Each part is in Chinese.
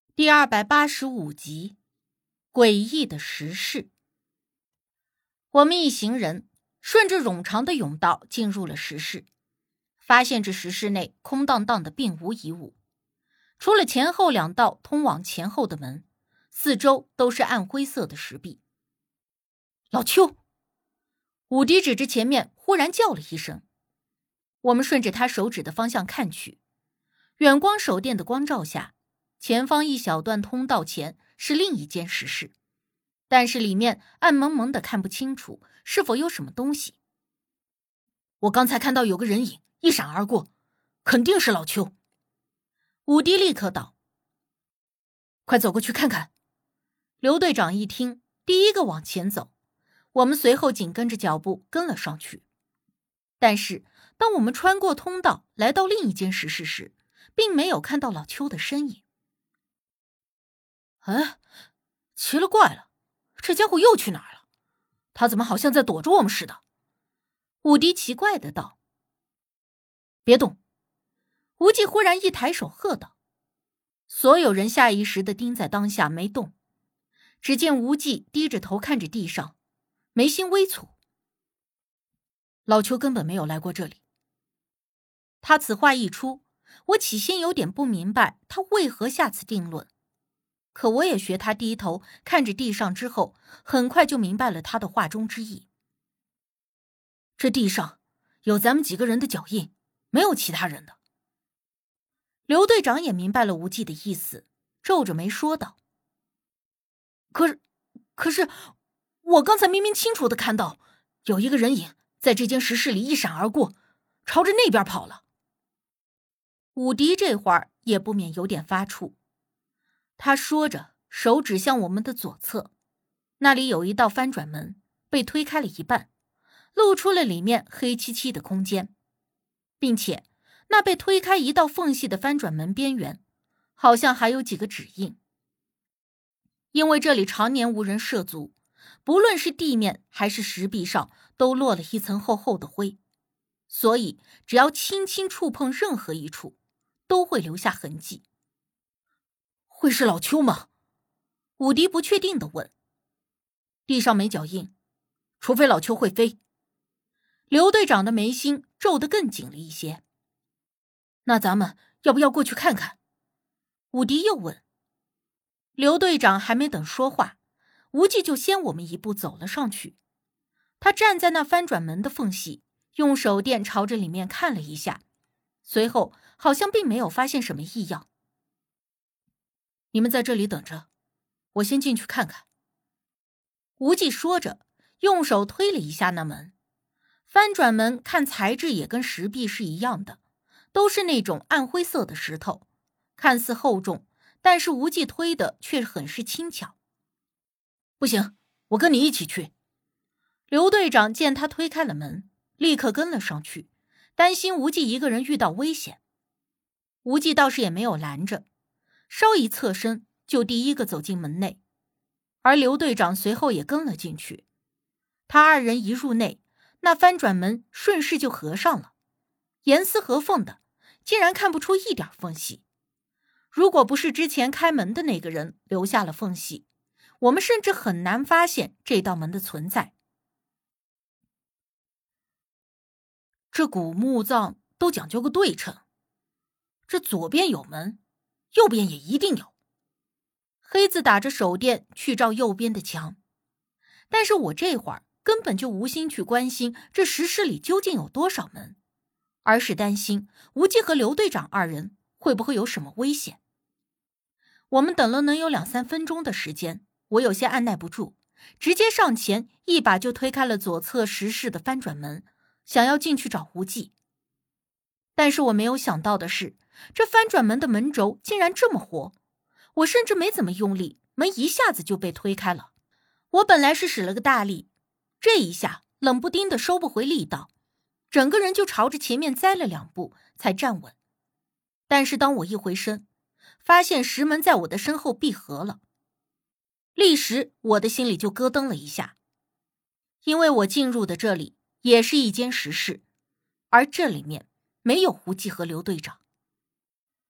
第285集，诡异的石室。我们一行人顺着冗长的甬道进入了石室，发现这石室内空荡荡的，并无一物，除了前后两道通往前后的门，四周都是暗灰色的石壁。老邱！武迪指着前面忽然叫了一声，我们顺着他手指的方向看去，远光手电的光照下，前方一小段通道前是另一间石室，但是里面暗蒙蒙的，看不清楚是否有什么东西。我刚才看到有个人影一闪而过，肯定是老邱。武迪立刻道：快走过去看看。刘队长一听，第一个往前走，我们随后紧跟着脚步跟了上去。但是当我们穿过通道来到另一间石室时，并没有看到老邱的身影。哎，奇了怪了，这家伙又去哪儿了？他怎么好像在躲着我们似的？武迪奇怪的道。别动！无忌忽然一抬手喝道。所有人下意识的盯在当下没动。只见无忌低着头看着地上，眉心微蹙。老邱根本没有来过这里。他此话一出，我起先有点不明白他为何下此定论，可我也学他低头看着地上之后，很快就明白了他的话中之意。这地上有咱们几个人的脚印，没有其他人的。刘队长也明白了无忌的意思，皱着眉说道：可是我刚才明明清楚地看到有一个人影在这间石室里一闪而过，朝着那边跑了。武迪这会儿也不免有点发怵，他说着手指向我们的左侧，那里有一道翻转门被推开了一半，露出了里面黑漆漆的空间，并且那被推开一道缝隙的翻转门边缘好像还有几个指印。因为这里常年无人涉足，不论是地面还是石壁上都落了一层厚厚的灰，所以只要轻轻触碰任何一处都会留下痕迹。会是老邱吗？武迪不确定地问。地上没脚印，除非老邱会飞。刘队长的眉心皱得更紧了一些。那咱们要不要过去看看？武迪又问。刘队长还没等说话，无忌就先我们一步走了上去。他站在那翻转门的缝隙，用手电朝着里面看了一下，随后好像并没有发现什么异样。你们在这里等着，我先进去看看。无忌说着，用手推了一下那门。翻转门看材质也跟石壁是一样的，都是那种暗灰色的石头，看似厚重，但是无忌推的却很是轻巧。不行，我跟你一起去。刘队长见他推开了门，立刻跟了上去，担心无忌一个人遇到危险。无忌倒是也没有拦着，稍一侧身就第一个走进门内，而刘队长随后也跟了进去。他二人一入内，那翻转门顺势就合上了，严丝合缝的，竟然看不出一点缝隙。如果不是之前开门的那个人留下了缝隙，我们甚至很难发现这道门的存在。这古墓葬都讲究个对称，这左边有门，右边也一定有。黑子打着手电去照右边的墙，但是我这会儿根本就无心去关心这石室里究竟有多少门，而是担心无忌和刘队长二人会不会有什么危险。我们等了能有2-3分钟的时间，我有些按耐不住，直接上前一把就推开了左侧石室的翻转门，想要进去找无忌。但是我没有想到的是，这翻转门的门轴竟然这么活，我甚至没怎么用力，门一下子就被推开了。我本来是使了个大力，这一下冷不丁的收不回力道，整个人就朝着前面栽了2步才站稳。但是当我一回身，发现石门在我的身后闭合了，立时我的心里就咯噔了一下，因为我进入的这里也是一间石室，而这里面没有无忌和刘队长。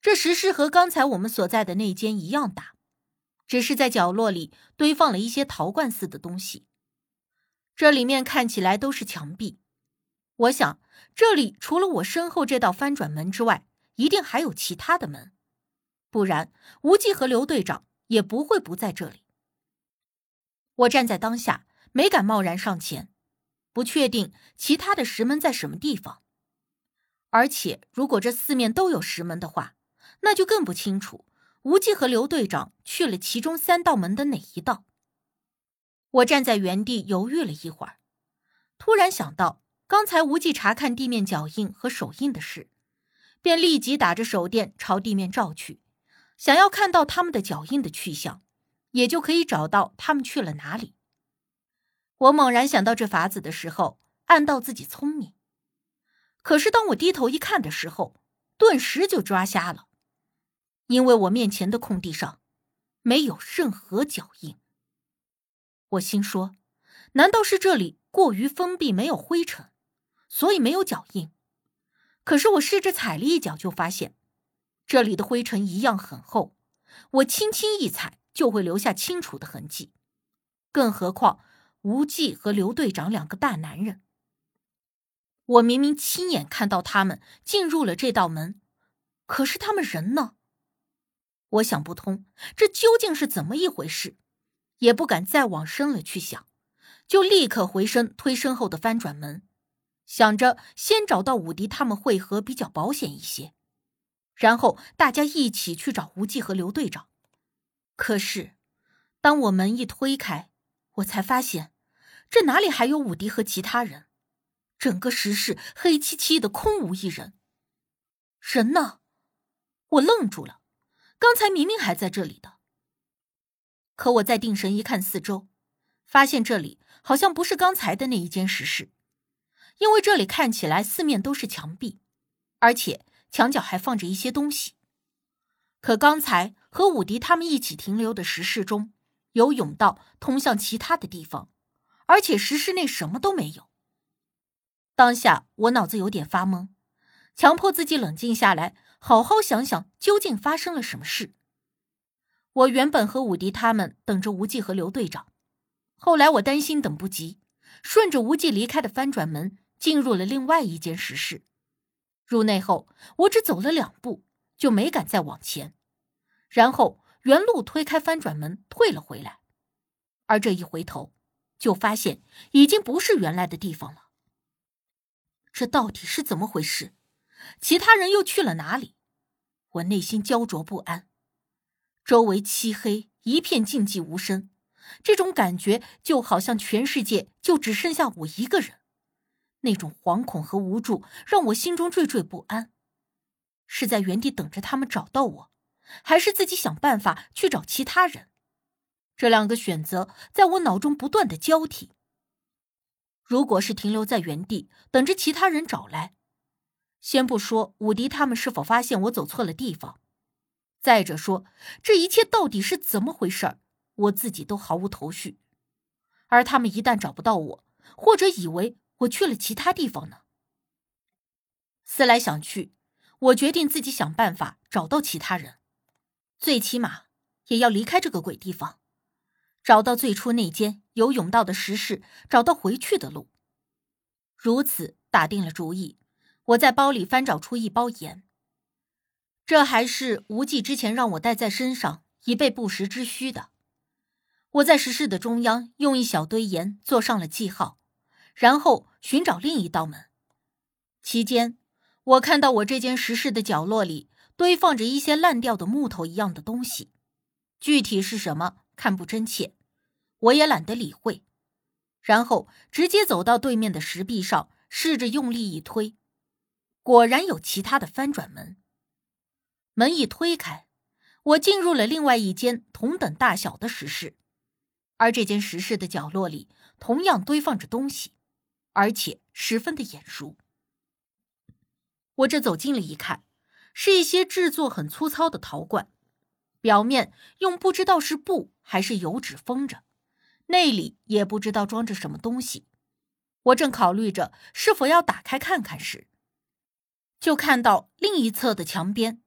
这石室和刚才我们所在的那间一样大，只是在角落里堆放了一些陶罐似的东西。这里面看起来都是墙壁，我想这里除了我身后这道翻转门之外，一定还有其他的门，不然无忌和刘队长也不会不在这里。我站在当下，没敢贸然上前，不确定其他的石门在什么地方。而且如果这四面都有石门的话，那就更不清楚无忌和刘队长去了其中3道门的哪一道。我站在原地犹豫了一会儿，突然想到刚才无忌查看地面脚印和手印的事，便立即打着手电朝地面照去，想要看到他们的脚印的去向，也就可以找到他们去了哪里。我猛然想到这法子的时候，暗道自己聪明。可是当我低头一看的时候，顿时就抓瞎了，因为我面前的空地上没有任何脚印。我心说，难道是这里过于封闭，没有灰尘，所以没有脚印？可是我试着踩了一脚，就发现这里的灰尘一样很厚，我轻轻一踩就会留下清楚的痕迹。更何况无忌和刘队长2个大男人，我明明亲眼看到他们进入了这道门，可是他们人呢？我想不通，这究竟是怎么一回事？也不敢再往深了去想，就立刻回身推身后的翻转门，想着先找到武迪他们会合比较保险一些，然后大家一起去找无忌和刘队长。可是当我门一推开，我才发现这哪里还有武迪和其他人，整个石室黑漆漆的，空无一人。人呢？我愣住了，刚才明明还在这里的。可我再定神一看四周，发现这里好像不是刚才的那一间石室，因为这里看起来四面都是墙壁，而且墙角还放着一些东西。可刚才和武迪他们一起停留的石室中，有甬道通向其他的地方，而且石室内什么都没有。当下我脑子有点发懵，强迫自己冷静下来，好好想想究竟发生了什么事。我原本和武迪他们等着无忌和刘队长，后来我担心等不及，顺着无忌离开的翻转门进入了另外一间石室。入内后，我只走了2步，就没敢再往前，然后原路推开翻转门退了回来。而这一回头，就发现已经不是原来的地方了。这到底是怎么回事？其他人又去了哪里？我内心焦灼不安。周围漆黑，一片静寂无声，这种感觉就好像全世界就只剩下我一个人。那种惶恐和无助让我心中惴惴不安。是在原地等着他们找到我，还是自己想办法去找其他人？这2个选择在我脑中不断的交替。如果是停留在原地等着其他人找来，先不说武迪他们是否发现我走错了地方，再者说这一切到底是怎么回事，我自己都毫无头绪。而他们一旦找不到我，或者以为我去了其他地方呢？思来想去，我决定自己想办法找到其他人，最起码也要离开这个鬼地方，找到最初那间有甬道的石室，找到回去的路。如此打定了主意，我在包里翻找出一包盐，这还是无忌之前让我带在身上，以备不时之需的。我在石室的中央用一小堆盐做上了记号，然后寻找另一道门。期间，我看到我这间石室的角落里堆放着一些烂掉的木头一样的东西，具体是什么看不真切，我也懒得理会。然后直接走到对面的石壁上，试着用力一推，果然有其他的翻转门。门一推开，我进入了另外一间同等大小的石室，而这间石室的角落里同样堆放着东西，而且十分的眼熟。我这走近了一看，是一些制作很粗糙的陶罐，表面用不知道是布还是油纸封着，内里也不知道装着什么东西。我正考虑着是否要打开看看时，就看到另一侧的墙边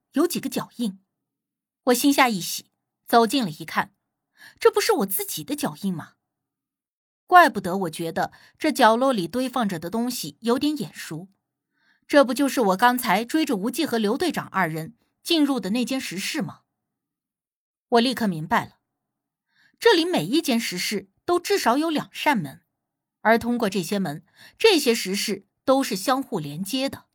有几个脚印。我心下一喜，走近了一看，这不是我自己的脚印吗？怪不得我觉得这角落里堆放着的东西有点眼熟，这不就是我刚才追着无忌和刘队长二人进入的那间石室吗？我立刻明白了，这里每一间石室都至少有2扇门，而通过这些门，这些石室都是相互连接的。